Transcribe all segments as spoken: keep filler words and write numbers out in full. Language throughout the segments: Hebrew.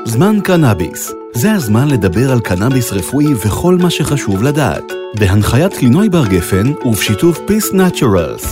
זמן קנאביס. זה הזמן לדבר על קנאביס רפואי וכל מה שחשוב לדעת. בהנחיית לינוי בר גפן ובשיתוף Peace Naturals.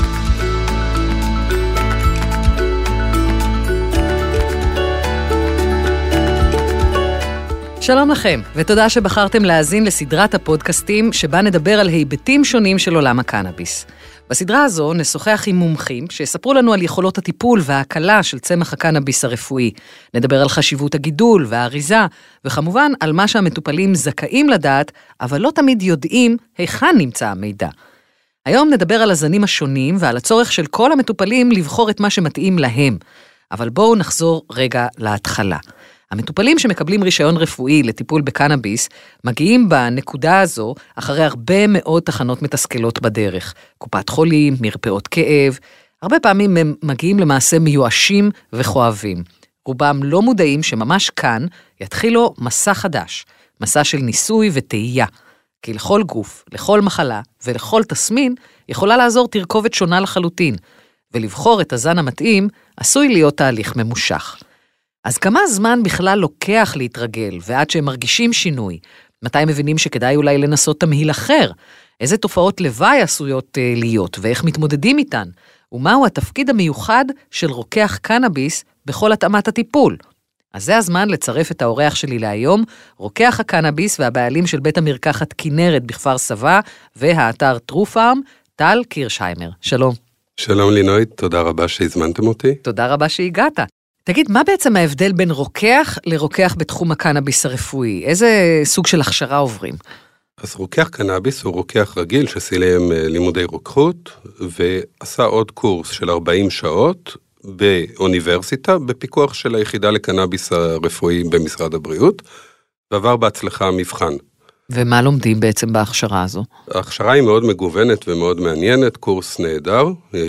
שלום לכם, ותודה שבחרתם להאזין לסדרת הפודקאסטים שבה נדבר על היבטים שונים של עולם הקנאביס. בסדרה הזו נשוחח עם מומחים שיספרו לנו על יכולות הטיפול וההקלה של צמח הקנאביס הרפואי. נדבר על חשיבות הגידול והאריזה, וכמובן על מה שהמטופלים זכאים לדעת, אבל לא תמיד יודעים היכן נמצא המידע. היום נדבר על הזנים השונים ועל הצורך של כל המטופלים לבחור את מה שמתאים להם. אבל בואו נחזור רגע להתחלה. המטופלים שמקבלים רישיון רפואי לטיפול בקנאביס, מגיעים בנקודה הזו אחרי הרבה מאוד תחנות מתסכלות בדרך. קופת חולים, מרפאות כאב, הרבה פעמים הם מגיעים למעשה מיואשים וכואבים. רובם לא מודעים שממש כאן יתחילו מסע חדש, מסע של ניסוי וטעייה. כי לכל גוף, לכל מחלה ולכל תסמין יכולה לעזור תרכובת שונה לחלוטין, ולבחור את הזן המתאים עשוי להיות תהליך ממושך. אז כמה זמן בכלל לוקח להתרגל, ועד שהם מרגישים שינוי? מתי מבינים שכדאי אולי לנסות תמהיל אחר? איזה תופעות לוואי עשויות uh, להיות, ואיך מתמודדים איתן? ומהו התפקיד המיוחד של רוקח קנאביס בכל התאמת הטיפול? אז זה הזמן לצרף את האורח שלי להיום, רוקח הקנאביס והבעלים של בית המרקחת כנרת בכפר סבא, והאתר טרופארם, טל קירשהיימר. שלום. שלום לינוי, תודה רבה שהזמנתם אותי. תודה רבה שהגעת. תגיד, מה בעצם ההבדל בין רוקח לרוקח בתחום הקנאביס הרפואי? איזה סוג של הכשרה עוברים? אז רוקח קנאביס הוא רוקח רגיל שסיים לימודי רוקחות, ועשה עוד קורס של ארבעים שעות באוניברסיטה, בפיקוח של היחידה לקנאביס הרפואי במשרד הבריאות, ועבר בהצלחה המבחן. ומה לומדים בעצם בהכשרה הזו? ההכשרה היא מאוד מגוונת ומאוד מעניינת, קורס נהדר.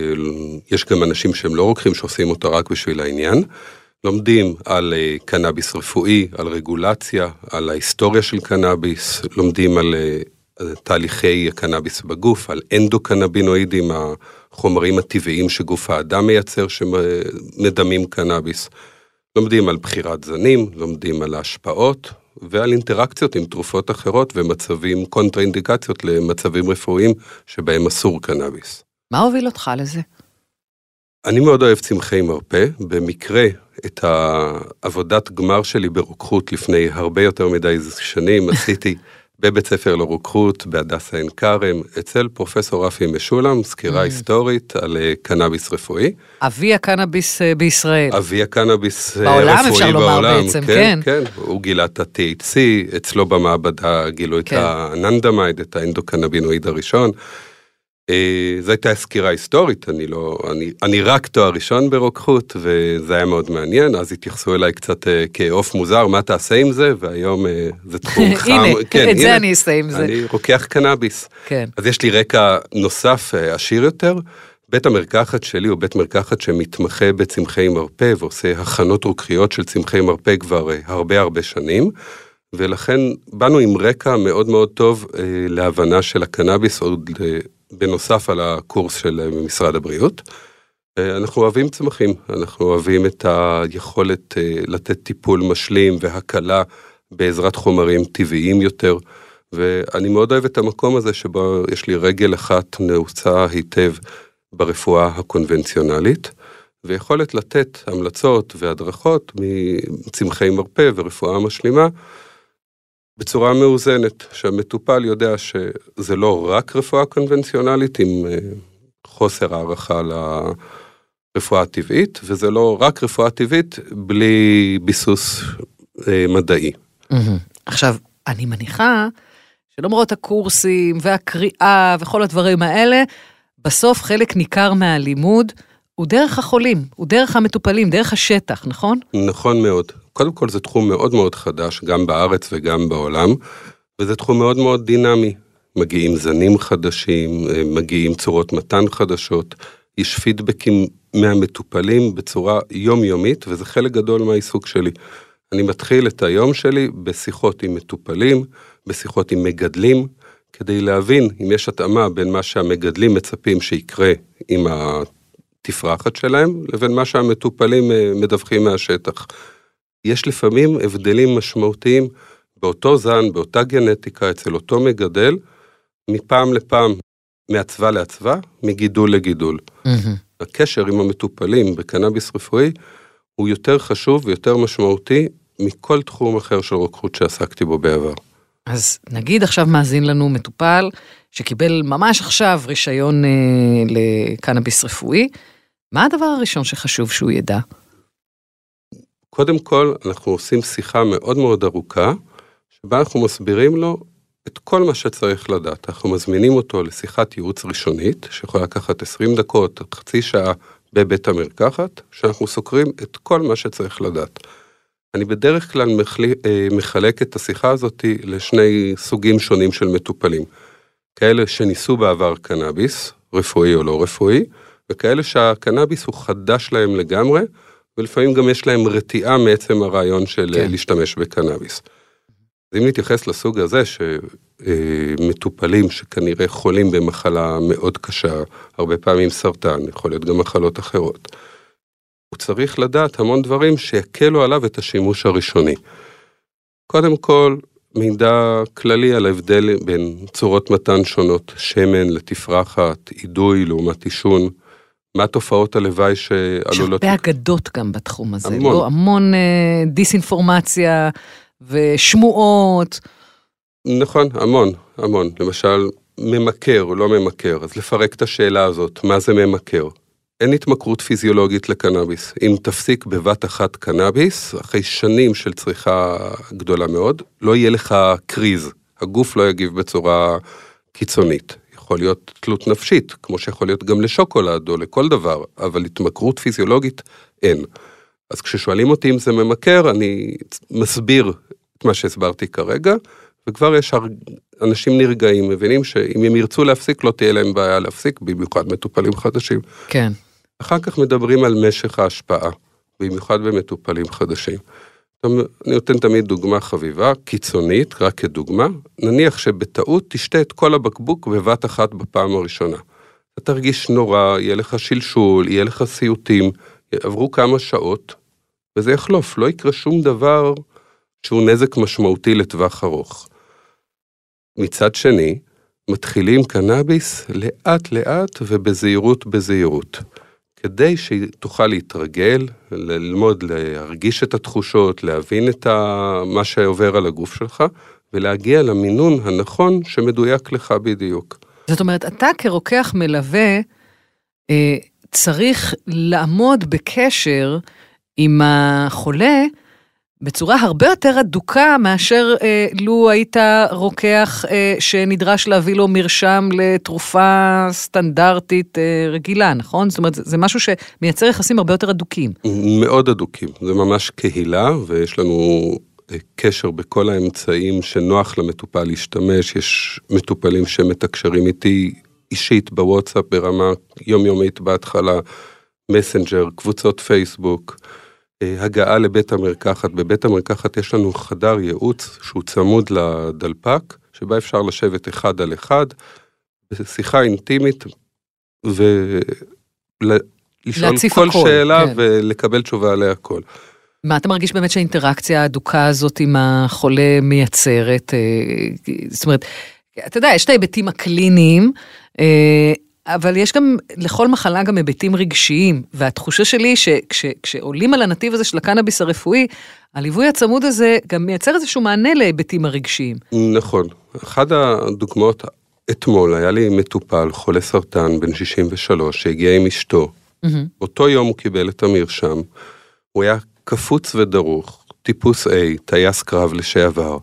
יש גם אנשים שהם לא רוקחים שעושים אותה רק בשביל העניין. לומדים על קנאביס רפואי, על רגולציה, על ההיסטוריה של קנאביס, לומדים על תהליכי הקנאביס בגוף, על אנדוקנבינואידים, החומרים הטבעיים שגוף האדם מייצר שמדמים קנאביס. לומדים על בחירת זנים, לומדים על ההשפעות, ועל אינטראקציות עם תרופות אחרות ומצבים, קונטראינדיקציות למצבים רפואיים שבהם אסור קנאביס. מה הוביל אותך לזה? אני מאוד אוהב צמחי מרפא. במקרה, את העבודת גמר שלי ברוקחות לפני הרבה יותר מדי שנים, עשיתי בבית ספר לרוקחות, בהדסה עין כרם, אצל פרופסור רפי משולם, סקירה היסטורית על קנאביס רפואי. אבי הקנאביס בישראל. אבי הקנאביס בעולם, רפואי אפשר לומר בעולם. בעצם, כן, כן. כן, הוא גילה את ה-טי אייץ' סי, אצלו במעבדה גילו את האננדמייד, את האנדוקנבינואיד הראשון. זו הייתה סקירה היסטורית, אני לא, אני, אני רק תואר ראשון ברוקחות, וזה היה מאוד מעניין, אז התייחסו אליי קצת כאוף מוזר, מה תעשה עם זה, והיום זה תחום חם. הנה, כן, את זה אני אעשה עם זה. אני רוקח קנאביס. כן. אז יש לי רקע נוסף, עשיר יותר. בית המרקחת שלי הוא בית מרקחת שמתמחה בצמחי מרפא, ועושה הכנות רוקחיות של צמחי מרפא כבר הרבה הרבה שנים, ולכן באנו עם רקע מאוד מאוד טוב להבנה של הקנאביס, עוד בנוסף על הקורס של משרד הבריאות. אנחנו אוהבים צמחים, אנחנו אוהבים את היכולת לתת טיפול משלים והקלה בעזרת חומרים טבעיים יותר, ואני מאוד אוהב את המקום הזה שבו יש לי רגל אחת נעוצה היטב ברפואה הקונבנציונלית, ויכולת לתת המלצות והדרכות מצמחי מרפא ורפואה משלימה, בצורה מאוזנת, שהמטופל יודע שזה לא רק רפואה קונבנציונלית עם חוסר הערכה לרפואה הטבעית, וזה לא רק רפואה טבעית בלי ביסוס מדעי. עכשיו, אני מניחה שלמרות הקורסים והקריאה וכל הדברים האלה, בסוף חלק ניכר מהלימוד הוא דרך החולים, הוא דרך המטופלים, דרך השטח, נכון? נכון מאוד. קודם כל זה תחום מאוד מאוד חדש, גם בארץ וגם בעולם, וזה תחום מאוד מאוד דינמי. מגיעים זנים חדשים, מגיעים צורות מתן חדשות, יש פידבקים מהמטופלים בצורה יומיומית, וזה חלק גדול מהעיסוק שלי. אני מתחיל את היום שלי בשיחות עם מטופלים, בשיחות עם מגדלים, כדי להבין אם יש התאמה בין מה שהמגדלים מצפים שיקרה עם התפרחת שלהם, לבין מה שהמטופלים מדווחים מהשטח. יש לפעמים הבדלים משמעותיים באותו זן, באותה גנטיקה, אצל אותו מגדל, מפעם לפעם, מעצבה לעצבה, מגידול לגידול. Mm-hmm. הקשר עם המטופלים בקנאביס רפואי, הוא יותר חשוב ויותר משמעותי, מכל תחום אחר של רוקחות שעסקתי בו בעבר. אז נגיד עכשיו מאזין לנו מטופל, שקיבל ממש עכשיו רישיון אה, לקנאביס רפואי, מה הדבר הראשון שחשוב שהוא ידע? קודם כל, אנחנו עושים שיחה מאוד מאוד ארוכה, שבה אנחנו מסבירים לו את כל מה שצריך לדעת. אנחנו מזמינים אותו לשיחת ייעוץ ראשונית, שיכולה לקחת עשרים דקות, חצי שעה בבית המרקחת, שאנחנו סוקרים את כל מה שצריך לדעת. אני בדרך כלל מחלק את השיחה הזאת לשני סוגים שונים של מטופלים. כאלה שניסו בעבר קנאביס, רפואי או לא רפואי, וכאלה שהקנאביס הוא חדש להם לגמרי, ולפעמים גם יש להם רתיעה מעצם הרעיון של כן. להשתמש בקנאביס. אז אם נתייחס לסוג הזה, שמטופלים שכנראה חולים במחלה מאוד קשה, הרבה פעמים סרטן, יכול להיות גם מחלות אחרות, הוא צריך לדעת המון דברים שיקלו עליו את השימוש הראשוני. קודם כל, מידע כללי על ההבדל בין צורות מתן שונות, שמן לתפרחת, עידוי לעומת עישון, מה תופעות הלוואי שעלולות... יש הרבה אגדות גם בתחום הזה, המון, לא? המון אה, דיסאינפורמציה ושמועות. נכון, המון, המון. למשל, ממכר או לא ממכר, אז לפרק את השאלה הזאת, מה זה ממכר? אין התמכרות פיזיולוגית לקנאביס. אם תפסיק בבת אחת קנאביס, אחרי שנים של צריכה גדולה מאוד, לא יהיה לך קריז. הגוף לא יגיב בצורה קיצונית. יכול להיות תלות נפשית, כמו שיכול להיות גם לשוקולד או לכל דבר, אבל התמכרות פיזיולוגית אין. אז כששואלים אותי אם זה ממכר, אני מסביר את מה שהסברתי כרגע, וכבר יש אנשים נרגעים, מבינים שאם הם ירצו להפסיק, לא תהיה להם בעיה להפסיק, במיוחד מטופלים חדשים. כן. אחר כך מדברים על משך ההשפעה, במיוחד במטופלים חדשים. אני נותן תמיד דוגמה חביבה, קיצונית, רק כדוגמה, נניח שבטעות תשתה את כל הבקבוק בבת אחת בפעם הראשונה. אתה תרגיש נורא, יהיה לך שלשול, יהיה לך סיוטים, יעברו כמה שעות, וזה יחלוף, לא יקרה שום דבר שהוא נזק משמעותי לטווח ארוך. מצד שני, מתחילים קנאביס לאט לאט ובזהירות בזהירות. כדי שתוכל להתרגל, ללמוד, להרגיש את התחושות, להבין את מה שעובר על הגוף שלך, ולהגיע למינון הנכון שמדויק לך בדיוק. זאת אומרת, אתה כרוקח מלווה, צריך לעמוד בקשר עם החולה, בצורה הרבה יותר אדוקה מאשר אה, לו היית רוקח אה, שנדרש להביא לו מרשם לתרופה סטנדרטית אה, רגילה, נכון? זאת אומרת, זה משהו שמייצר יחסים הרבה יותר אדוקים. מאוד אדוקים, זה ממש קהילה, ויש לנו קשר בכל האמצעים שנוח למטופל להשתמש, יש מטופלים שמתקשרים איתי אישית בוואטסאפ ברמה יומיומית בהתחלה, מסנג'ר, קבוצות פייסבוק, הגעה לבית המרקחת. בבית המרקחת יש לנו חדר ייעוץ שהוא צמוד לדלפק, שבה אפשר לשבת אחד על אחד, בשיחה אינטימית, ולשאול כל הכל, שאלה כן. ולקבל תשובה עליה הכל. מה אתה מרגיש באמת שהאינטראקציה האדוקה הזאת עם החולה מייצרת? זאת אומרת, אתה יודע, יש את ההיבטים הקליניים, אבל יש גם, לכל מחלה גם היבטים רגשיים, והתחושה שלי שכשעולים על הנתיב הזה של הקנאביס הרפואי, הליווי הצמוד הזה גם מייצר איזשהו מענה להיבטים הרגשיים. נכון. אחד הדוגמאות, אתמול היה לי מטופל, חולה סרטן, בן שישים ושלוש, שהגיע עם אשתו. אותו יום הוא קיבל את המרשם, הוא היה קפוץ ודרוך, טיפוס A, טייס קרב לשעבר.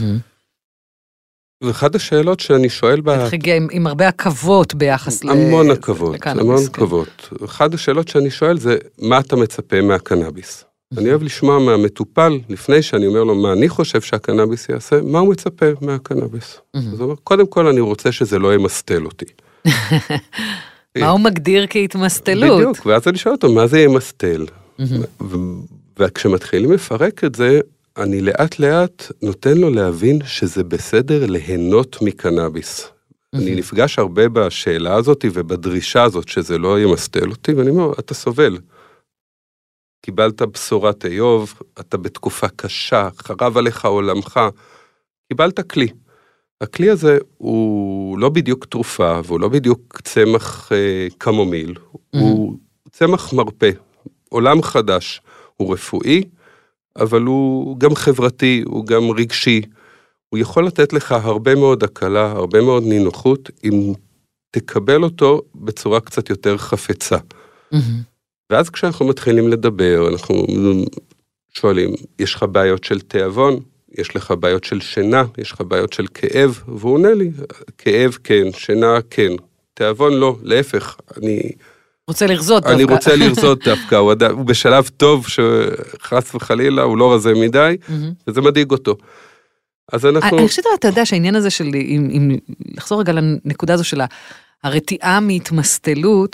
ואחת השאלות שאני שואל בה... הגיע עם, עם הרבה עקבות ביחס לקנאביס. המון עקבות, המון עקבות. אחת השאלות שאני שואל זה, מה אתה מצפה מהקנאביס? אני אוהב לשמוע מהמטופל, לפני שאני אומר לו מה אני חושב שהקנאביס יעשה, מה הוא מצפה מהקנאביס. אז הוא אומר, קודם כל אני רוצה שזה לא ימסטל אותי. מה הוא מגדיר כהתמסטלות? בדיוק, ואז אני שואל אותו, מה זה ימסטל? וכשמתחילים לפרק את זה, אני לאט לאט נותן לו להבין שזה בסדר ליהנות מקנאביס. אני נפגש הרבה בשאלה הזאת ובדרישה הזאת שזה לא ימסטל אותי, ואני אומר, אתה סובל. קיבלת בשורת איוב, אתה בתקופה קשה, חרב עליך עולמך, קיבלת כלי. הכלי הזה הוא לא בדיוק תרופה, והוא לא בדיוק צמח אה, קמומיל, mm-hmm. הוא צמח מרפא, עולם חדש, הוא רפואי, אבל הוא גם חברתי, הוא גם רגשי, הוא יכול לתת לך הרבה מאוד הקלה, הרבה מאוד נינוחות, אם תקבל אותו בצורה קצת יותר חפצה. Mm-hmm. ואז כשאנחנו מתחילים לדבר, אנחנו שואלים, יש לך בעיות של תיאבון? יש לך בעיות של שינה? יש לך בעיות של כאב? והוא עונה לי, כאב כן, שינה כן, תיאבון לא, להפך, אני... רוצה לרזות דווקא. אני רוצה לרזות דווקא, הוא, עד... הוא בשלב טוב שחס וחלילה, הוא לא רזה מדי, mm-hmm. וזה מדאיג אותו. אז אנחנו... אני חושבת, אתה יודע שהעניין הזה של, אם, אם לחזור רגע לנקודה הזו של הרתיעה מהתמסטלות,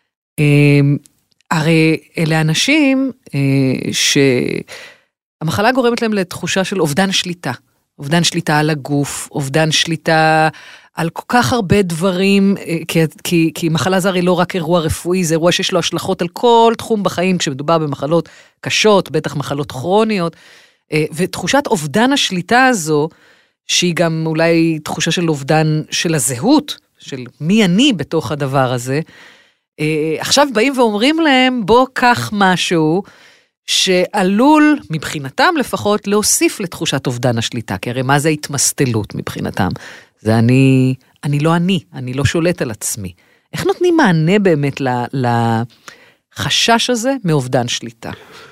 הרי אלה אנשים שהמחלה גורמת להם לתחושה של אובדן שליטה, אובדן שליטה על הגוף, אובדן שליטה על כל כך הרבה דברים, כי, כי, כי מחלה זה הרי לא רק אירוע רפואי, זה אירוע שיש לו השלכות על כל תחום בחיים, כשמדובר במחלות קשות, בטח מחלות כרוניות, ותחושת אובדן השליטה הזו, שהיא גם אולי תחושה של אובדן של הזהות, של מי אני בתוך הדבר הזה, עכשיו באים ואומרים להם, בוא קח משהו, שעלול, מבחינתם לפחות, להוסיף לתחושת אובדן השליטה, כי הרי מה זה התמסטלות מבחינתם? זה אני, אני לא אני, אני לא שולט על עצמי. איך נותנים מענה באמת לחשש הזה מאובדן שליטה?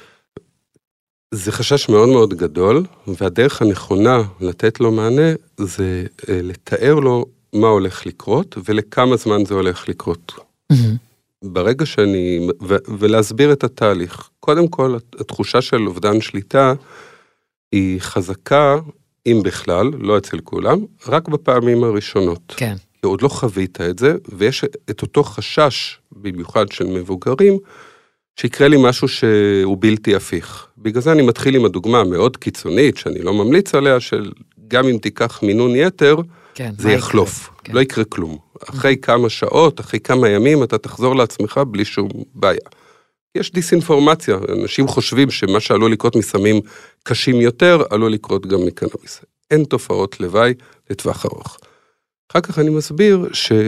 זה חשש מאוד מאוד גדול, והדרך הנכונה לתת לו מענה, זה לתאר לו מה הולך לקרות, ולכמה זמן זה הולך לקרות. Mm-hmm. ברגע שאני, ו, ולהסביר את התהליך. קודם כל, התחושה של אובדן שליטה, היא חזקה, אם בכלל, לא אצל כולם, רק בפעמים הראשונות. כן. כי עוד לא חווית את זה, ויש את אותו חשש, במיוחד של מבוגרים, שיקרה לי משהו שהוא בלתי הפיך. בגלל זה אני מתחיל עם הדוגמה המאוד קיצונית, שאני לא ממליץ עליה, של גם אם תיקח מינון יתר, כן, זה יחלוף, כן. לא יקרה כלום. אחרי כמה שעות, אחרי כמה ימים, אתה תחזור לעצמך בלי שום בעיה. יש דיסאינפורמציה, אנשים חושבים שמה שעלול לקרות מסמים קשים יותר, עלול לקרות גם מקנאביס. אין תופעות לוואי לטווח ארוך. אחר כך אני מסביר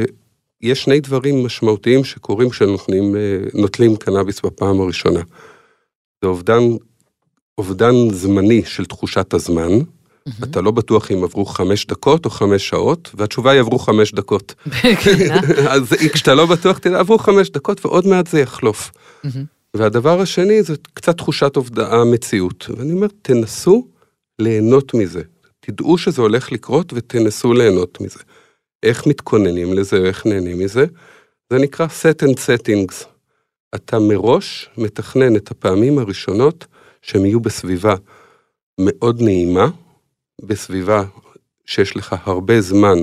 שיש שני דברים משמעותיים שקורים כשנוטלים קנאביס בפעם הראשונה. זה אובדן, אובדן זמני של תחושת הזמן, Mm-hmm. אתה לא בטוח אם עברו חמש דקות או חמש שעות, והתשובה היא עברו חמש דקות. אז כשאתה לא בטוח, תדע, עברו חמש דקות, ועוד מעט זה יחלוף. Mm-hmm. והדבר השני, זה קצת תחושת אובדעה המציאות. ואני אומר, תנסו ליהנות מזה. תדעו שזה הולך לקרות, ותנסו ליהנות מזה. איך מתכוננים לזה, איך נהנים מזה? זה נקרא set and settings. אתה מראש מתכנן את הפעמים הראשונות, שהם יהיו בסביבה מאוד נעימה, בסביבה שיש לך הרבה זמן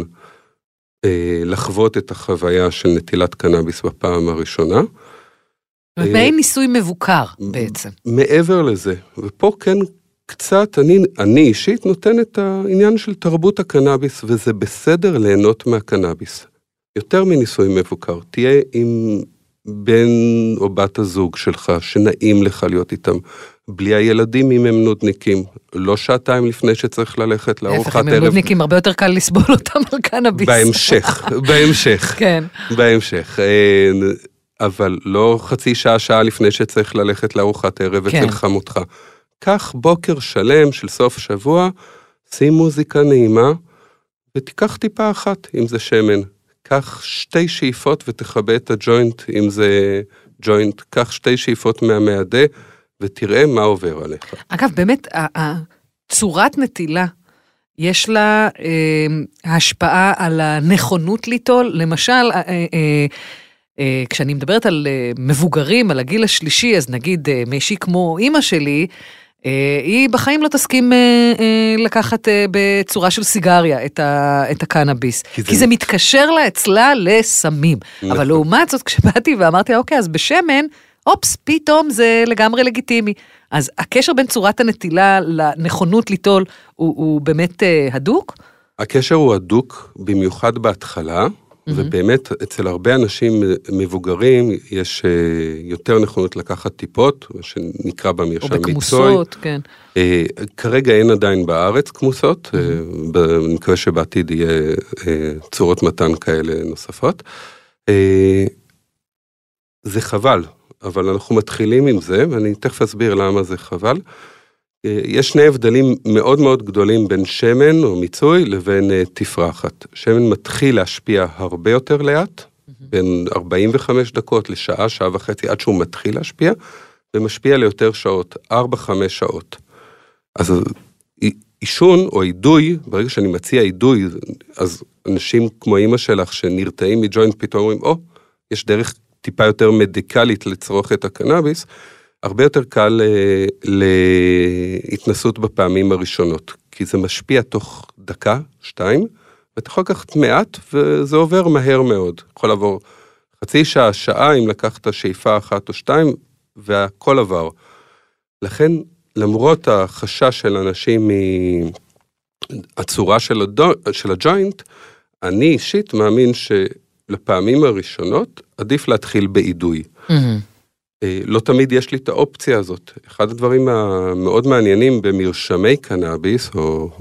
אה, לחוות את החוויה של נטילת קנאביס בפעם הראשונה. מעין ניסוי מבוקר בעצם. מעבר לזה, ופה כן קצת, אני, אני אישית נותן את העניין של תרבות הקנאביס, וזה בסדר ליהנות מהקנאביס. יותר מניסוי מבוקר, תהיה עם בן או בת הזוג שלך, שנעים לך להיות איתם, בלי הילדים אם הם נודניקים, לא שעתיים לפני שצריך ללכת לארוחת ערב. איפה הם נודניקים, הרבה יותר קל לסבול אותם על קנאביס. בהמשך, בהמשך. כן. בהמשך. אבל לא חצי שעה, שעה לפני שצריך ללכת לארוחת ערב אצל חמותך. כך בוקר שלם של סוף שבוע, שים מוזיקה נעימה, ותיקח טיפה אחת, אם זה שמן. קח שתי שאיפות ותחבא את הג'וינט, אם זה ג'וינט, קח שתי שאיפות מהמעדה, ותראה מה עובר עליך. אגב, באמת, צורת נטילה, יש לה אה, השפעה על הנכונות ליטול, למשל, אה, אה, אה, כשאני מדברת על אה, מבוגרים, על הגיל השלישי, אז נגיד אה, מישהי כמו אמא שלי, אה, היא בחיים לא תסכים אה, אה, לקחת אה, בצורה של סיגריה את, ה, את הקנאביס, כי זה, כי זה מתקשר לה אצלה לסמים. נכון. אבל לעומת זאת, כשבאתי ואמרתי, אוקיי, אז בשמן, אופס, פתאום זה לגמרי לגיטימי. אז הקשר בין צורת הנטילה לנכונות ליטול הוא, הוא באמת אה, הדוק? הקשר הוא הדוק, במיוחד בהתחלה, Mm-hmm. ובאמת, אצל הרבה אנשים מבוגרים, יש יותר נכונות לקחת טיפות, שנקרא במרשם מיצוי. או בכמוסות, כן. כרגע אין עדיין בארץ כמוסות, mm-hmm. אני מקווה שבעתיד יהיה צורות מתן כאלה נוספות. זה חבל, אבל אנחנו מתחילים עם זה, ואני תכף אסביר למה זה חבל. יש שני הבדלים מאוד מאוד גדולים בין שמן או מיצוי לבין תפרחת. שמן מתחיל להשפיע הרבה יותר לאט, בין ארבעים וחמש דקות לשעה, שעה וחצי, עד שהוא מתחיל להשפיע, ומשפיע ליותר שעות, ארבע חמש שעות. אז עישון או עידוי, ברגע שאני מציע עידוי, אז אנשים כמו אמא שלך שנרתעים מג'וינט פתאום אומרים, או, יש דרך טיפה יותר מדיקלית לצרוך את הקנאביס, הרבה יותר קל להתנסות בפעמים הראשונות, כי זה משפיע תוך דקה, שתיים, ואתה יכול לקחת מעט, וזה עובר מהר מאוד. יכול לעבור חצי שעה, שעה, אם לקחת שאיפה אחת או שתיים, והכל עבר. לכן, למרות החשש של אנשים מהצורה של, הדו, של הג'וינט, אני אישית מאמין שלפעמים הראשונות, עדיף להתחיל בעידוי. Mm-hmm. לא תמיד יש לי את האופציה הזאת. אחד הדברים המאוד מעניינים במרשמי קנאביס, או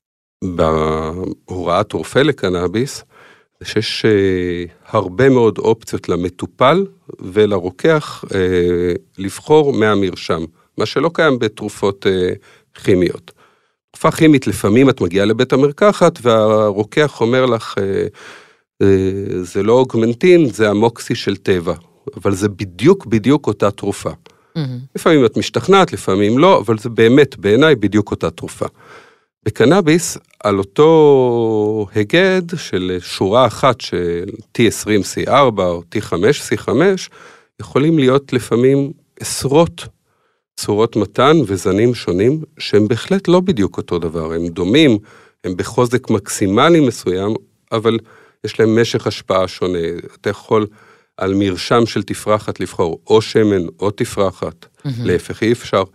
בהוראת רופא לקנאביס, זה שיש הרבה מאוד אופציות למטופל ולרוקח לבחור מהמרשם, מה שלא קיים בתרופות כימיות. תרופה כימית, לפעמים את מגיעה לבית המרקחת, והרוקח אומר לך, זה לא אוגמנטין, זה המוקסי של טבע. אבל זה בדיוק בדיוק אותה תרופה. Mm-hmm. לפעמים את משתכנעת, לפעמים לא, אבל זה באמת בעיניי בדיוק אותה תרופה. בקנאביס, על אותו הגד של שורה אחת של טי עשרים סי ארבע או טי חמש סי חמש, יכולים להיות לפעמים עשרות צורות מתן וזנים שונים, שהם בהחלט לא בדיוק אותו דבר. הם דומים, הם בחוזק מקסימלי מסוים, אבל יש להם משך השפעה שונה. אתה יכול על מרשם של תפרחת לבחור או שמן או תפרחת, mm-hmm. להפך אי אפשר.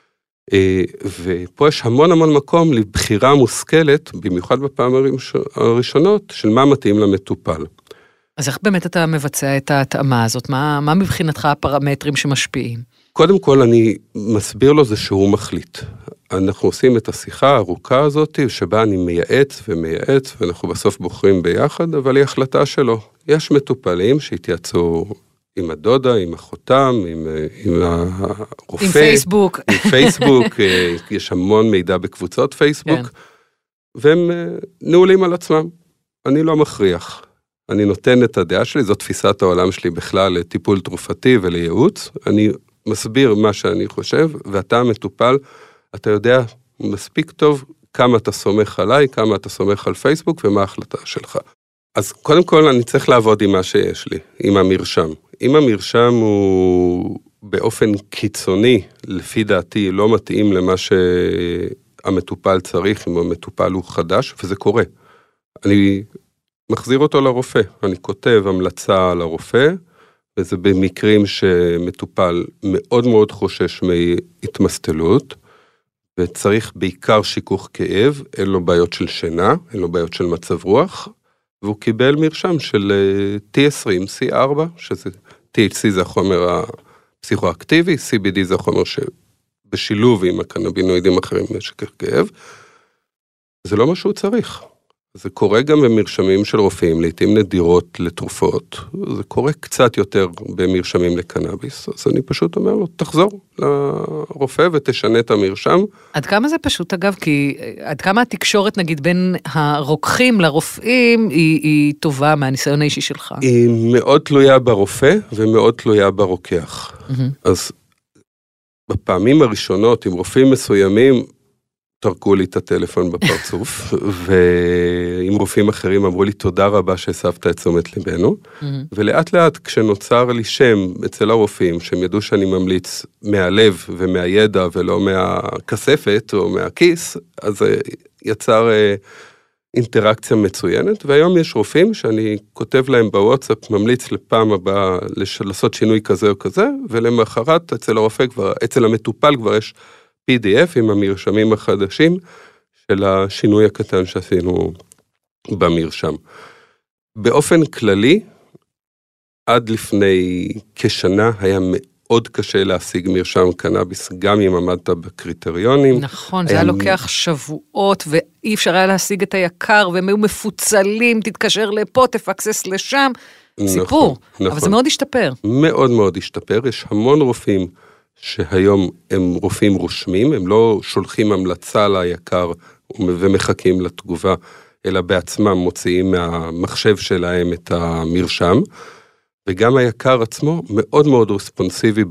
ופה יש המון המון מקום לבחירה מושכלת, במיוחד בפעם הראשונות, של מה מתאים למטופל. אז איך באמת אתה מבצע את ההתאמה הזאת? מה, מה מבחינתך הפרמטרים שמשפיעים? קודם כל אני מסביר לו זה שהוא מחליט. אנחנו עושים את השיחה הארוכה הזאת, שבה אני מייעץ ומייעץ, ואנחנו בסוף בוחרים ביחד, אבל היא החלטה שלו. יש מטופלים שהתייעצו עם הדודה, עם אחותם, עם, עם הרופא. עם פייסבוק. עם פייסבוק, יש המון מידע בקבוצות פייסבוק, כן. והם נעולים על עצמם. אני לא מכריח. אני נותן את הדעה שלי, זו תפיסת העולם שלי בכלל לטיפול תרופתי ולייעוץ. אני מסביר מה שאני חושב, ואתה מטופל, אתה יודע מספיק טוב כמה אתה סומך עליי, כמה אתה סומך על פייסבוק, ומה ההחלטה שלך. אז קודם כל אני צריך לעבוד עם מה שיש לי, עם המרשם. אם המרשם הוא באופן קיצוני, לפי דעתי, לא מתאים למה שהמטופל צריך, אם המטופל הוא חדש, וזה קורה. אני מחזיר אותו לרופא, אני כותב המלצה לרופא, וזה במקרים שמטופל מאוד מאוד חושש מהתמסטלות, וצריך בעיקר שיכוך כאב, אין לו בעיות של שינה, אין לו בעיות של מצב רוח, והוא קיבל מרשם של טי עשרים סי ארבע, שזה טי אייץ' סי זה החומר הפסיכואקטיבי, סי בי די זה החומר שבשילוב עם הקנבינואידים אחרים משכך כאב, זה לא מה שהוא צריך. זה קורה גם במרשמים של רופאים, לעתים נדירות לתרופות, זה קורה קצת יותר במרשמים לקנאביס, אז אני פשוט אומר לו, תחזור לרופא ותשנה את המרשם. עד כמה זה פשוט אגב, כי עד כמה התקשורת נגיד בין הרוקחים לרופאים היא, היא טובה מהניסיון האישי שלך? היא מאוד תלויה ברופא ומאוד תלויה ברוקח. Mm-hmm. אז בפעמים הראשונות עם רופאים מסוימים, תרקו לי את הטלפון בפרצוף, ועם רופאים אחרים אמרו לי תודה רבה שהסבת את תשומת ליבנו, ולאט לאט כשנוצר לי שם אצל הרופאים, שהם ידעו שאני ממליץ מהלב ומהידע ולא מהכספת או מהכיס, אז יצר אינטראקציה מצוינת, והיום יש רופאים שאני כותב להם בוואטסאפ, ממליץ לפעם הבאה לעשות שינוי כזה או כזה, ולמחרת אצל הרופא כבר, אצל המטופל כבר יש פי די אף עם המרשמים החדשים של השינוי הקטן שעשינו במרשם. באופן כללי, עד לפני כשנה היה מאוד קשה להשיג מרשם קנאביס, גם אם עמדת בקריטריונים. נכון, זה היה לוקח שבועות, ואי אפשר היה להשיג את היקר, והם היו מפוצלים, תתקשר לפה, תפקסס לשם, סיפור. אבל זה מאוד השתפר. מאוד מאוד השתפר, יש המון רופאים שהיום הם רופאים רושמים, הם לא שולחים המלצה ליקר ומחכים לתגובה, אלא בעצמם מוציאים מהמחשב שלהם את המרשם, וגם היקר עצמו מאוד מאוד רספונסיבי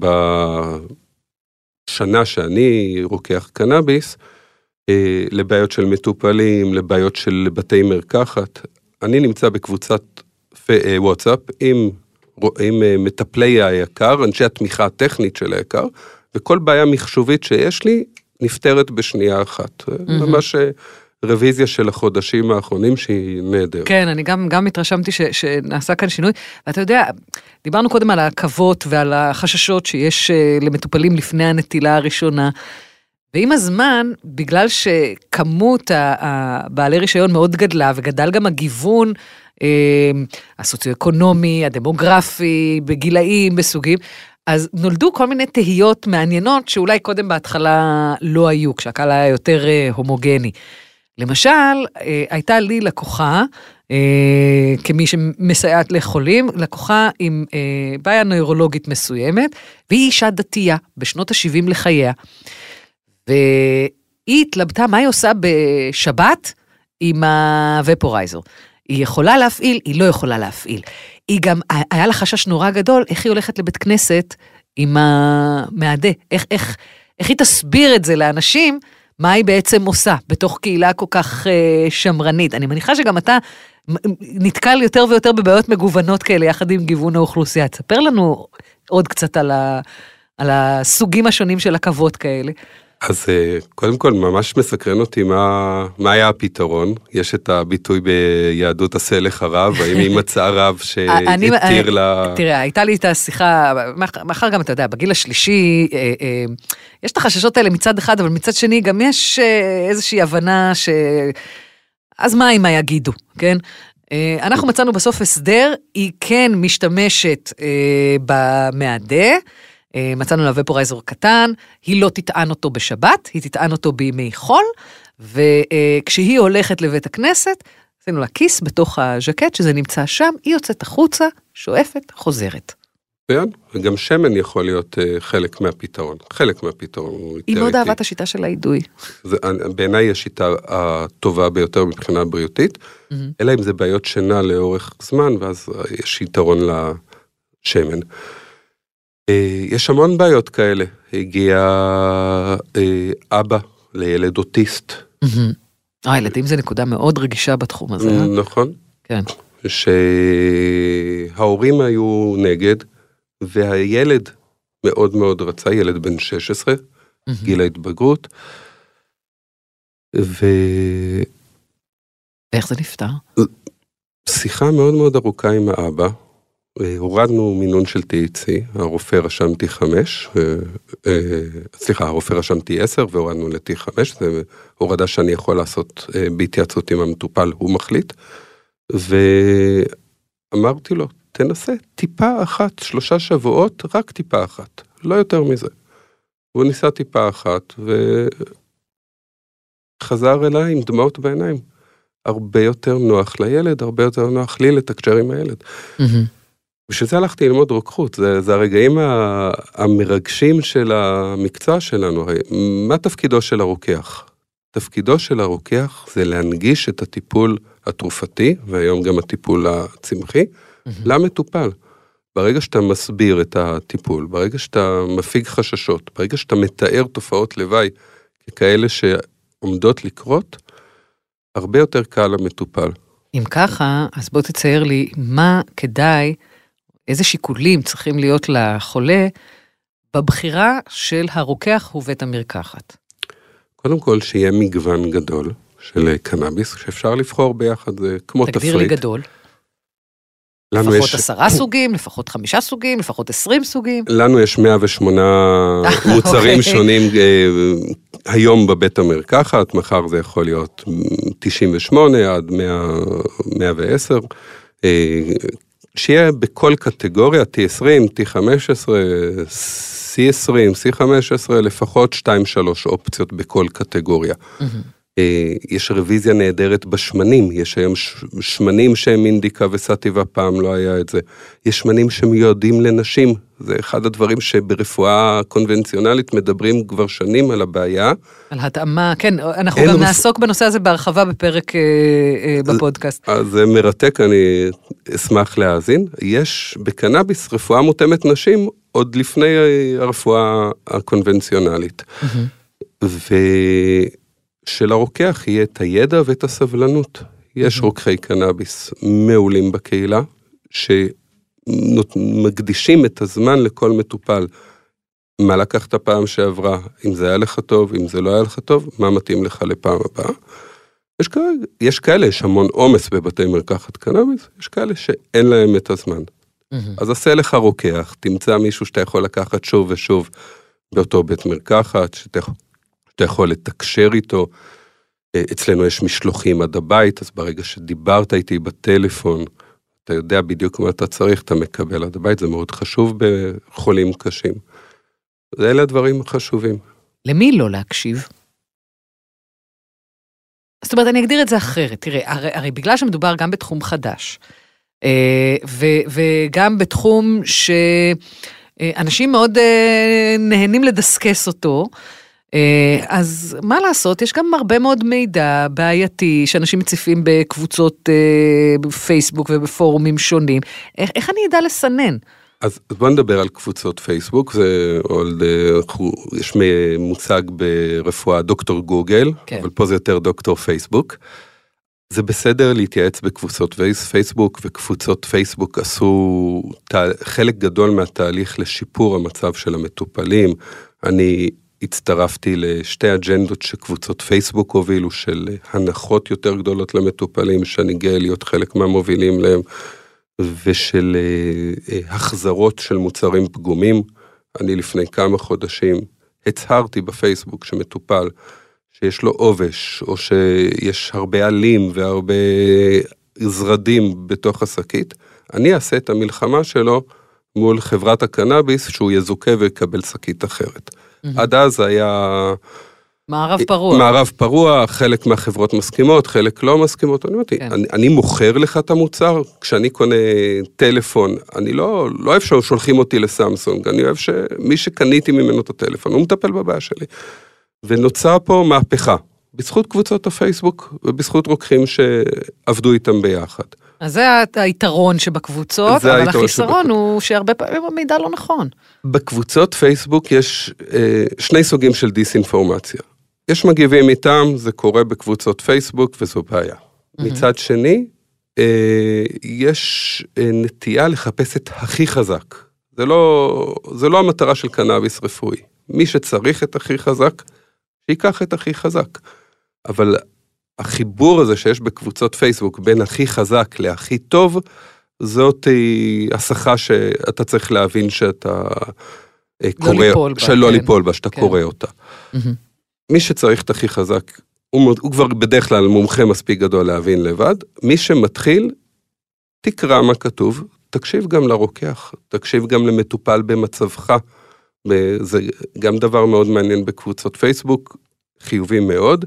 בשנה שאני רוקח קנאביס, לבעיות של מטופלים, לבעיות של בתי מרקחת. אני נמצא בקבוצת וואטסאפ עם, עם מטפלי היקר, אנשי התמיכה הטכנית של היקר, וכל בעיה מחשובית שיש לי נפתרת בשנייה אחת. Mm-hmm. ממש רוויזיה של החודשים האחרונים שהיא נהדר. כן, אני גם, גם התרשמתי ש, שנעשה כאן שינוי, ואתה יודע, דיברנו קודם על העכבות ועל החששות שיש למטופלים לפני הנטילה הראשונה, ועם הזמן, בגלל שכמות הבעלי רישיון מאוד גדלה, וגדל גם הגיוון הסוציו-אקונומי, הדמוגרפי, בגילאים, בסוגים, אז נולדו כל מיני תהיות מעניינות, שאולי קודם בהתחלה לא היו, כשהקהל היה יותר הומוגני. למשל, הייתה לי לקוחה, כמי שמסייעת לחולים, לקוחה עם בעיה נוירולוגית מסוימת, והיא אישה דתייה, בשנות ה-שבעים לחייה. והיא התלבטה מה היא עושה בשבת עם הוופורייזר. היא יכולה להפעיל, היא לא יכולה להפעיל. היא גם, היה לה חשש נורא גדול, איך היא הולכת לבית כנסת עם המעדה, איך, איך, איך היא תסביר את זה לאנשים, מה היא בעצם עושה, בתוך קהילה כל כך uh, שמרנית. אני מניחה שגם אתה נתקל יותר ויותר בבעיות מגוונות כאלה, יחד עם גיוון האוכלוסייה. תספר לנו עוד קצת על, ה, על הסוגים השונים של עכבות כאלה. אז קודם כל ממש מסקרן אותי מה, מה היה הפתרון. יש את הביטוי ביהדות עשה לך רב, האם היא מצאה רב שהתיר לה... תראה, הייתה לי את השיחה, מאחר גם אתה יודע, בגיל השלישי, יש את החששות האלה מצד אחד, אבל מצד שני גם יש איזושהי הבנה ש... אז מה אם יגידו, כן? אנחנו מצאנו בסוף הסדר, היא כן משתמשת במעדה, מצאנו לה ופורייזר קטן, היא לא תטען אותו בשבת, היא תטען אותו בימי חול, וכשהיא הולכת לבית הכנסת, עשינו לה כיס בתוך הז'קט, שזה נמצא שם, היא יוצאת החוצה, שואפת, חוזרת. וגם שמן יכול להיות חלק מהפתרון, חלק מהפתרון. היא מאוד אהבה את השיטה של העידוי. בעיניי היא השיטה הטובה ביותר מבחינה בריאותית, אלא אם זה בעיות שינה לאורך זמן, ואז יש יתרון לשמן. יש המון בעיות כאלה, הגיע אבא לילד אוטיסט. אה, ילדים זה נקודה מאוד רגישה בתחום הזה. נכון. כן. שההורים היו נגד, והילד מאוד מאוד רצה, ילד בן שש עשרה, גיל ההתבגרות, ו... ואיך זה נפטר? שיחה מאוד מאוד ארוכה עם האבא, הורדנו מינון של טי אייץ' סי, הרופא רשם טי חמש, סליחה, הרופא רשם טי עשר, והורדנו ל-טי חמש, זה הורדה שאני יכול לעשות בהתייעצות עם המטופל, הוא מחליט, ואמרתי לו, תנסה טיפה אחת, שלושה שבועות, רק טיפה אחת, לא יותר מזה. הוא ניסה טיפה אחת, וחזר אליי עם דמעות בעיניים. הרבה יותר נוח לילד, הרבה יותר נוח לי לתקשר עם הילד. בשביל זה הלכתי ללמוד רוקחות, זה, זה הרגעים המרגשים של המקצוע שלנו. מה תפקידו של הרוקח? תפקידו של הרוקח זה להנגיש את הטיפול התרופתי, והיום גם הטיפול הצמחי, mm-hmm. למטופל. ברגע שאתה מסביר את הטיפול, ברגע שאתה מפיג חששות, ברגע שאתה מתאר תופעות לוואי ככאלה שעומדות לקרות, הרבה יותר קל למטופל. אם ככה, אז בוא תצייר לי מה כדאי, איזה שיקולים צריכים להיות לחולה, בבחירה של הרוקח ובית המרקחת. קודם כל, שיהיה מגוון גדול של קנאביס, שאפשר לבחור ביחד, זה כמו תפריט. תגדיר לי גדול. לפחות יש... עשרה סוגים, לפחות חמישה סוגים, לפחות עשרים סוגים. לנו יש מאה ושמונה מוצרים שונים היום בבית המרקחת, מחר זה יכול להיות תשעים ושמונה עד מאה ועשר, שיהיה בכל קטגוריה, טי עשרים, טי חמש עשרה, סי עשרים, סי חמש עשרה, לפחות שתיים שלוש אופציות בכל קטגוריה. יש רוויזיה נהדרת בשמנים, יש היום שמנים שהם אינדיקה וסטיבה, פעם לא היה את זה. יש שמנים שמיועדים לנשים, זה אחד הדברים שברפואה קונבנציונלית מדברים כבר שנים על הבעיה. על התאמה, כן, אנחנו גם נעסוק בנושא הזה בהרחבה בפרק בפודקאסט. אז זה מרתק, אני אשמח להאזין. יש בקנאביס רפואה מותאמת נשים עוד לפני הרפואה הקונבנציונלית. ו... שלרוקח יהיה את הידע ואת הסבלנות. יש רוקחי קנאביס מעולים בקהילה, שמקדישים את הזמן לכל מטופל. מה לקחת פעם שעברה? אם זה היה לך טוב, אם זה לא היה לך טוב, מה מתאים לך לפעם הבאה? יש כאלה, יש כאלה, יש המון עומס בבתי מרקחת קנאביס, יש כאלה שאין להם את הזמן. אז עשה לך רוקח, תמצא מישהו שאתה יכול לקחת שוב ושוב באותו בית מרקחת, שאתה יכול... אתה יכול לתקשר איתו, אצלנו יש משלוחים עד הבית, אז ברגע שדיברת איתי בטלפון, אתה יודע בדיוק מה אתה צריך, אתה מקבל עד הבית, זה מאוד חשוב בחולים קשים. אלה הדברים החשובים. למי לא להקשיב? זאת אומרת, אני אגדיר את זה אחרת, תראה, הרי, הרי בגלל שמדובר גם בתחום חדש, ו, וגם בתחום שאנשים מאוד נהנים לדסקס אותו, אז מה לעשות? יש גם הרבה מאוד מידע בעייתי שאנשים מציפים בקבוצות בפייסבוק ובפורומים שונים. איך, איך אני אדע לסנן? אז, אז בוא נדבר על קבוצות פייסבוק, זה עוד, יש מושג ברפואה דוקטור גוגל, כן. אבל פה זה יותר דוקטור פייסבוק. זה בסדר להתייעץ בקבוצות פייסבוק, וקבוצות פייסבוק עשו חלק גדול מהתהליך לשיפור המצב של המטופלים. אני הצטרפתי לשתי אג'נדות שקבוצות פייסבוק הובילו, של הנחות יותר גדולות למטופלים, שאני גאה להיות חלק מהמובילים להם, ושל החזרות של מוצרים פגומים. אני לפני כמה חודשים הצהרתי בפייסבוק שמטופל, שיש לו עובש, או שיש הרבה עלים והרבה זרדים בתוך השקית, אני אעשה את המלחמה שלו מול חברת הקנאביס, שהוא יזוכה ויקבל שקית אחרת. עד אז היה... מערב פרוע. מערב פרוע, חלק מהחברות מסכימות, חלק לא מסכימות. אני אומרת, אני, אני מוכר לך את המוצר, כשאני קונה טלפון, אני לא, לא אוהב ששולחים אותי לסמסונג, אני אוהב שמי שקניתי ממנו את הטלפון, הוא מטפל בבעיה שלי. ונוצר פה מהפכה, בזכות קבוצות הפייסבוק, ובזכות רוקחים שעבדו איתם ביחד. אז זה היתרון שבקבוצות, אבל החיסרון הוא שהרבה פעמים המידע לא נכון. בקבוצות פייסבוק יש אה, שני סוגים של דיסאינפורמציה. יש מגיבים איתם, זה קורה בקבוצות פייסבוק, וזו בעיה. Mm-hmm. מצד שני, אה, יש אה, נטייה לחפש את הכי חזק. זה לא, זה לא המטרה של קנאביס רפואי. מי שצריך את הכי חזק, שיקח את הכי חזק. אבל החיבור הזה שיש בקבוצות פייסבוק בין הכי חזק להכי טוב, זאת היא השכה שאתה צריך להבין שאתה לא קורא, ליפול בה, שלא כן. ליפול בה, שאתה כן. קורא אותה. Mm-hmm. מי שצריך את הכי חזק, הוא, הוא כבר בדרך כלל מומחה מספיק גדול להבין לבד, מי שמתחיל, תקרא מה כתוב, תקשיב גם לרוקח, תקשיב גם למטופל במצבך, זה גם דבר מאוד מעניין בקבוצות פייסבוק, חיובי מאוד.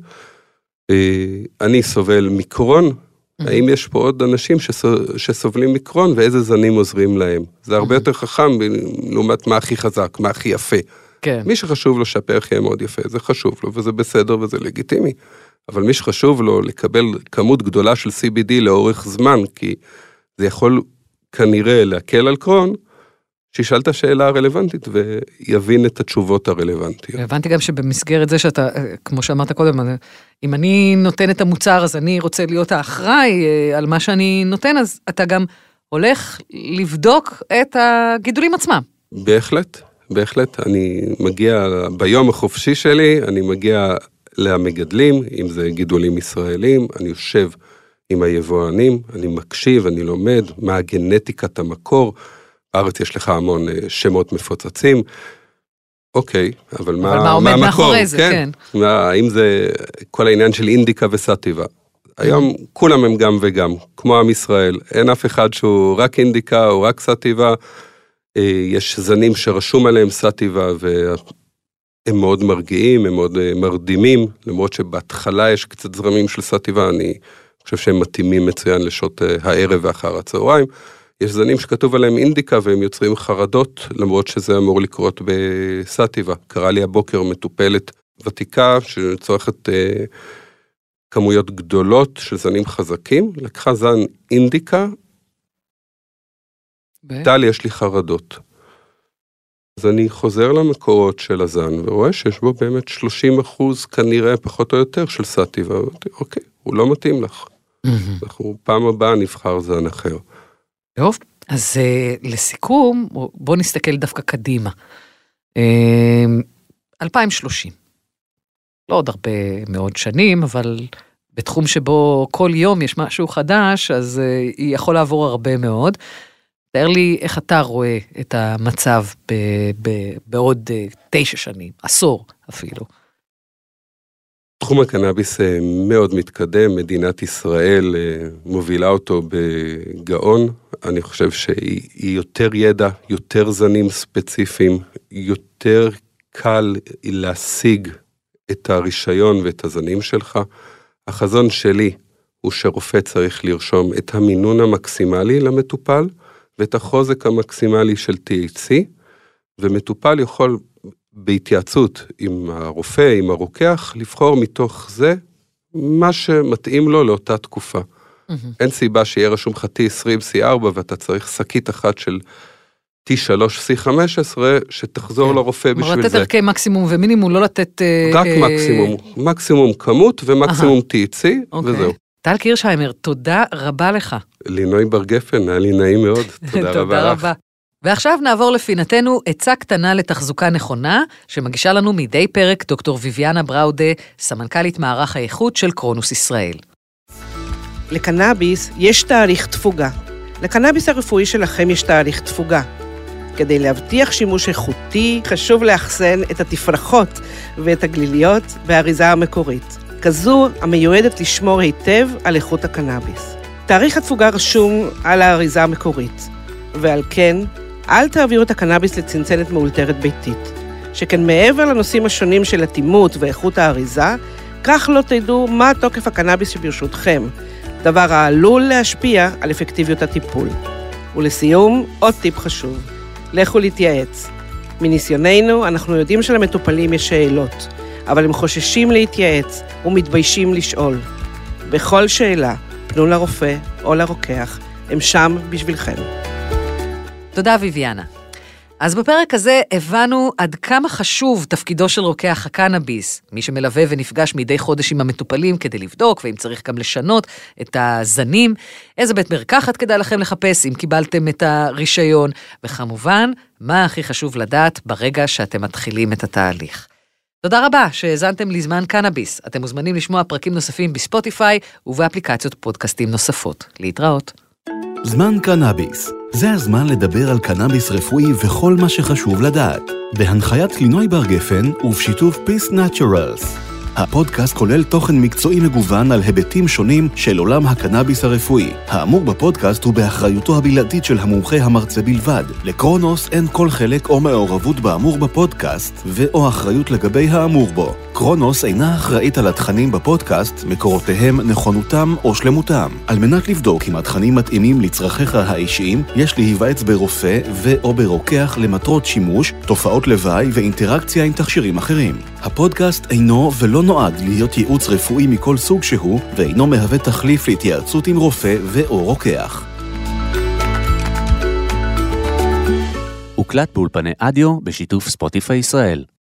אני סובל מיקרון, האם יש פה עוד אנשים שסובלים מיקרון, ואיזה זנים עוזרים להם? זה הרבה יותר חכם, לעומת מה הכי חזק, מה הכי יפה. מי שחשוב לו שהפרח יהיה מאוד יפה, זה חשוב לו, וזה בסדר וזה לגיטימי. אבל מי שחשוב לו לקבל כמות גדולה של סי בי די לאורך זמן, כי זה יכול כנראה להקל על קרון, שישאל את השאלה הרלוונטית ויבין את התשובות הרלוונטיות. הבנתי גם שבמסגרת זה שאתה, כמו שאמרת קודם, אם אני נותן את המוצר, אז אני רוצה להיות האחראי על מה שאני נותן, אז אתה גם הולך לבדוק את הגידולים עצמם. בהחלט, בהחלט. אני מגיע ביום החופשי שלי, אני מגיע למגדלים, אם זה גידולים ישראלים, אני יושב עם היבואנים, אני מקשיב, אני לומד מה הגנטיקת המקור, בארץ יש לך המון שמות מפוצצים, אוקיי, אבל מה, אבל מה עומד מאחורי זה, כן. כן. מה, האם זה כל העניין של אינדיקה וסטיבה? היום כולם הם גם וגם, כמו עם ישראל. אין אף אחד שהוא רק אינדיקה או רק סטיבה. יש זנים שרשום עליהם סטיבה, והם מאוד מרגיעים, הם מאוד מרדימים, למרות שבהתחלה יש קצת זרמים של סטיבה, אני חושב שהם מתאימים מצוין לשעות הערב ואחר הצהריים. יש זנים שכתוב עליהם אינדיקה, והם יוצרים חרדות, למרות שזה אמור לקרות בסטיבה. קרה לי הבוקר מטופלת ותיקה, שצורכת אה, כמויות גדולות של זנים חזקים, לקחה זן אינדיקה, ב... טל, יש לי חרדות. אז אני חוזר למקורות של הזן, ורואה שיש בו באמת שלושים אחוז כנראה פחות או יותר של סטיבה, אוקיי, הוא לא מתאים לך. Mm-hmm. אנחנו פעם הבאה נבחר זן אחר. טוב, אז uh, לסיכום, בוא נסתכל דווקא קדימה. Uh, אלפיים ושלושים. לא עוד הרבה מאוד שנים, אבל בתחום שבו כל יום יש משהו חדש, אז uh, יכול לעבור הרבה מאוד. תאר לי איך אתה רואה את המצב ב- ב- בעוד uh, תשע שנים, עשור אפילו. תחום הקנאביס מאוד מתקדם, מדינת ישראל מובילה אותו בגאון, אני חושב שהיא יותר ידע, יותר זנים ספציפיים, יותר קל להשיג את הרישיון ואת הזנים שלך. החזון שלי הוא שרופא צריך לרשום את המינון המקסימלי למטופל, ואת החוזק המקסימלי של טי אייץ' סי, ומטופל יכול בהתייעצות עם הרופא, עם הרוקח, לבחור מתוך זה מה שמתאים לו לאותה תקופה. Mm-hmm. אין סיבה שיהיה רשום לך טי עשרים סי ארבע, ואתה צריך שקית אחת של טי שלוש סי חמש עשרה, שתחזור okay. לרופא בשביל זה. לתת ערכי מקסימום ומינימום, לא לתת... רק אה, מקסימום, אה... מקסימום כמות ומקסימום טי אייץ' סי, okay. וזהו. טל קירשהיימר, תודה רבה לך. לינוי בר גפן, היה לי נעים מאוד. תודה רבה לך. ועכשיו נעבור לפינתנו עצה קטנה לתחזוקה נכונה, שמגישה לנו מדי פרק דוקטור ויביאנה בראודה, סמנכ"לית מערך האיכות של קרונוס ישראל. לקנאביס יש תאריך תפוגה. לקנאביס הרפואי שלכם יש תאריך תפוגה. כדי להבטיח שימוש איכותי, חשוב לאחסן את התפרחות ואת הגליליות באריזה המקורית, כזו המיועדת לשמור היטב על איכות הקנאביס. תאריך התפוגה רשום על האריזה המקורית, ועל כן, אל תעבירו את הקנאביס לצנצנת מאולתרת ביתית, שכן מעבר לנושאים השונים של התימות ואיכות האריזה, כך לא תדעו מה תוקף הקנאביס שברשותכם, דבר העלול להשפיע על אפקטיביות הטיפול. ולסיום, עוד טיפ חשוב, לכו להתייעץ. מניסיוננו, אנחנו יודעים שלמטופלים יש שאלות, אבל הם חוששים להתייעץ ומתביישים לשאול. בכל שאלה, פנו לרופא או לרוקח, הם שם בשבילכם. תודה ויביאנה. אז בפרק הזה הבנו עד כמה חשוב תפקידו של רוקח הקנאביס, מי שמלווה ונפגש מדי חודש עם המטופלים כדי לבדוק, ואם צריך גם לשנות את הזנים, איזה בית מרקחת כדאי לכם לחפש אם קיבלתם את הרישיון, וכמובן, מה הכי חשוב לדעת ברגע שאתם מתחילים את התהליך. תודה רבה שהאזנתם לזמן קנאביס. אתם מוזמנים לשמוע פרקים נוספים בספוטיפיי ובאפליקציות פודקאסטים נוספות. להתראות. זמן קנאביס. זה הזמן לדבר על קנאביס רפואי וכל מה שחשוב לדעת. בהנחיית לינוי בר גפן ובשיתוף Peace Naturals. הפודקאסט כולל תוכן מקצועי מגוון על היבטים שונים של עולם הקנאביס הרפואי. האמור בפודקאסט הוא באחריותו הבלעדית של המומחה המרצה בלבד. לקרונוס אין כל חלק או מעורבות באמור בפודקאסט ו/או אחריות לגבי האמור בו. קרונוס אינה אחראית על התכנים בפודקאסט, מקורותיהם, נכונותם או שלמותם. על מנת לבדוק אם התכנים מתאימים לצרכיך האישיים, יש להיוועץ ברופא ו/או ברוקח למטרות שימוש, תופעות לוואי ואינטראקציה עם תכשירים אחרים. הפודקאסט אינו ולא נועד להיות ייעוץ רפואי מכל סוג שהוא, ואינו מהווה תחליף להתייעצות עם רופא ו/או רוקח. הוקלט באולפני אדיו בשיתוף ספוטיפיי ישראל.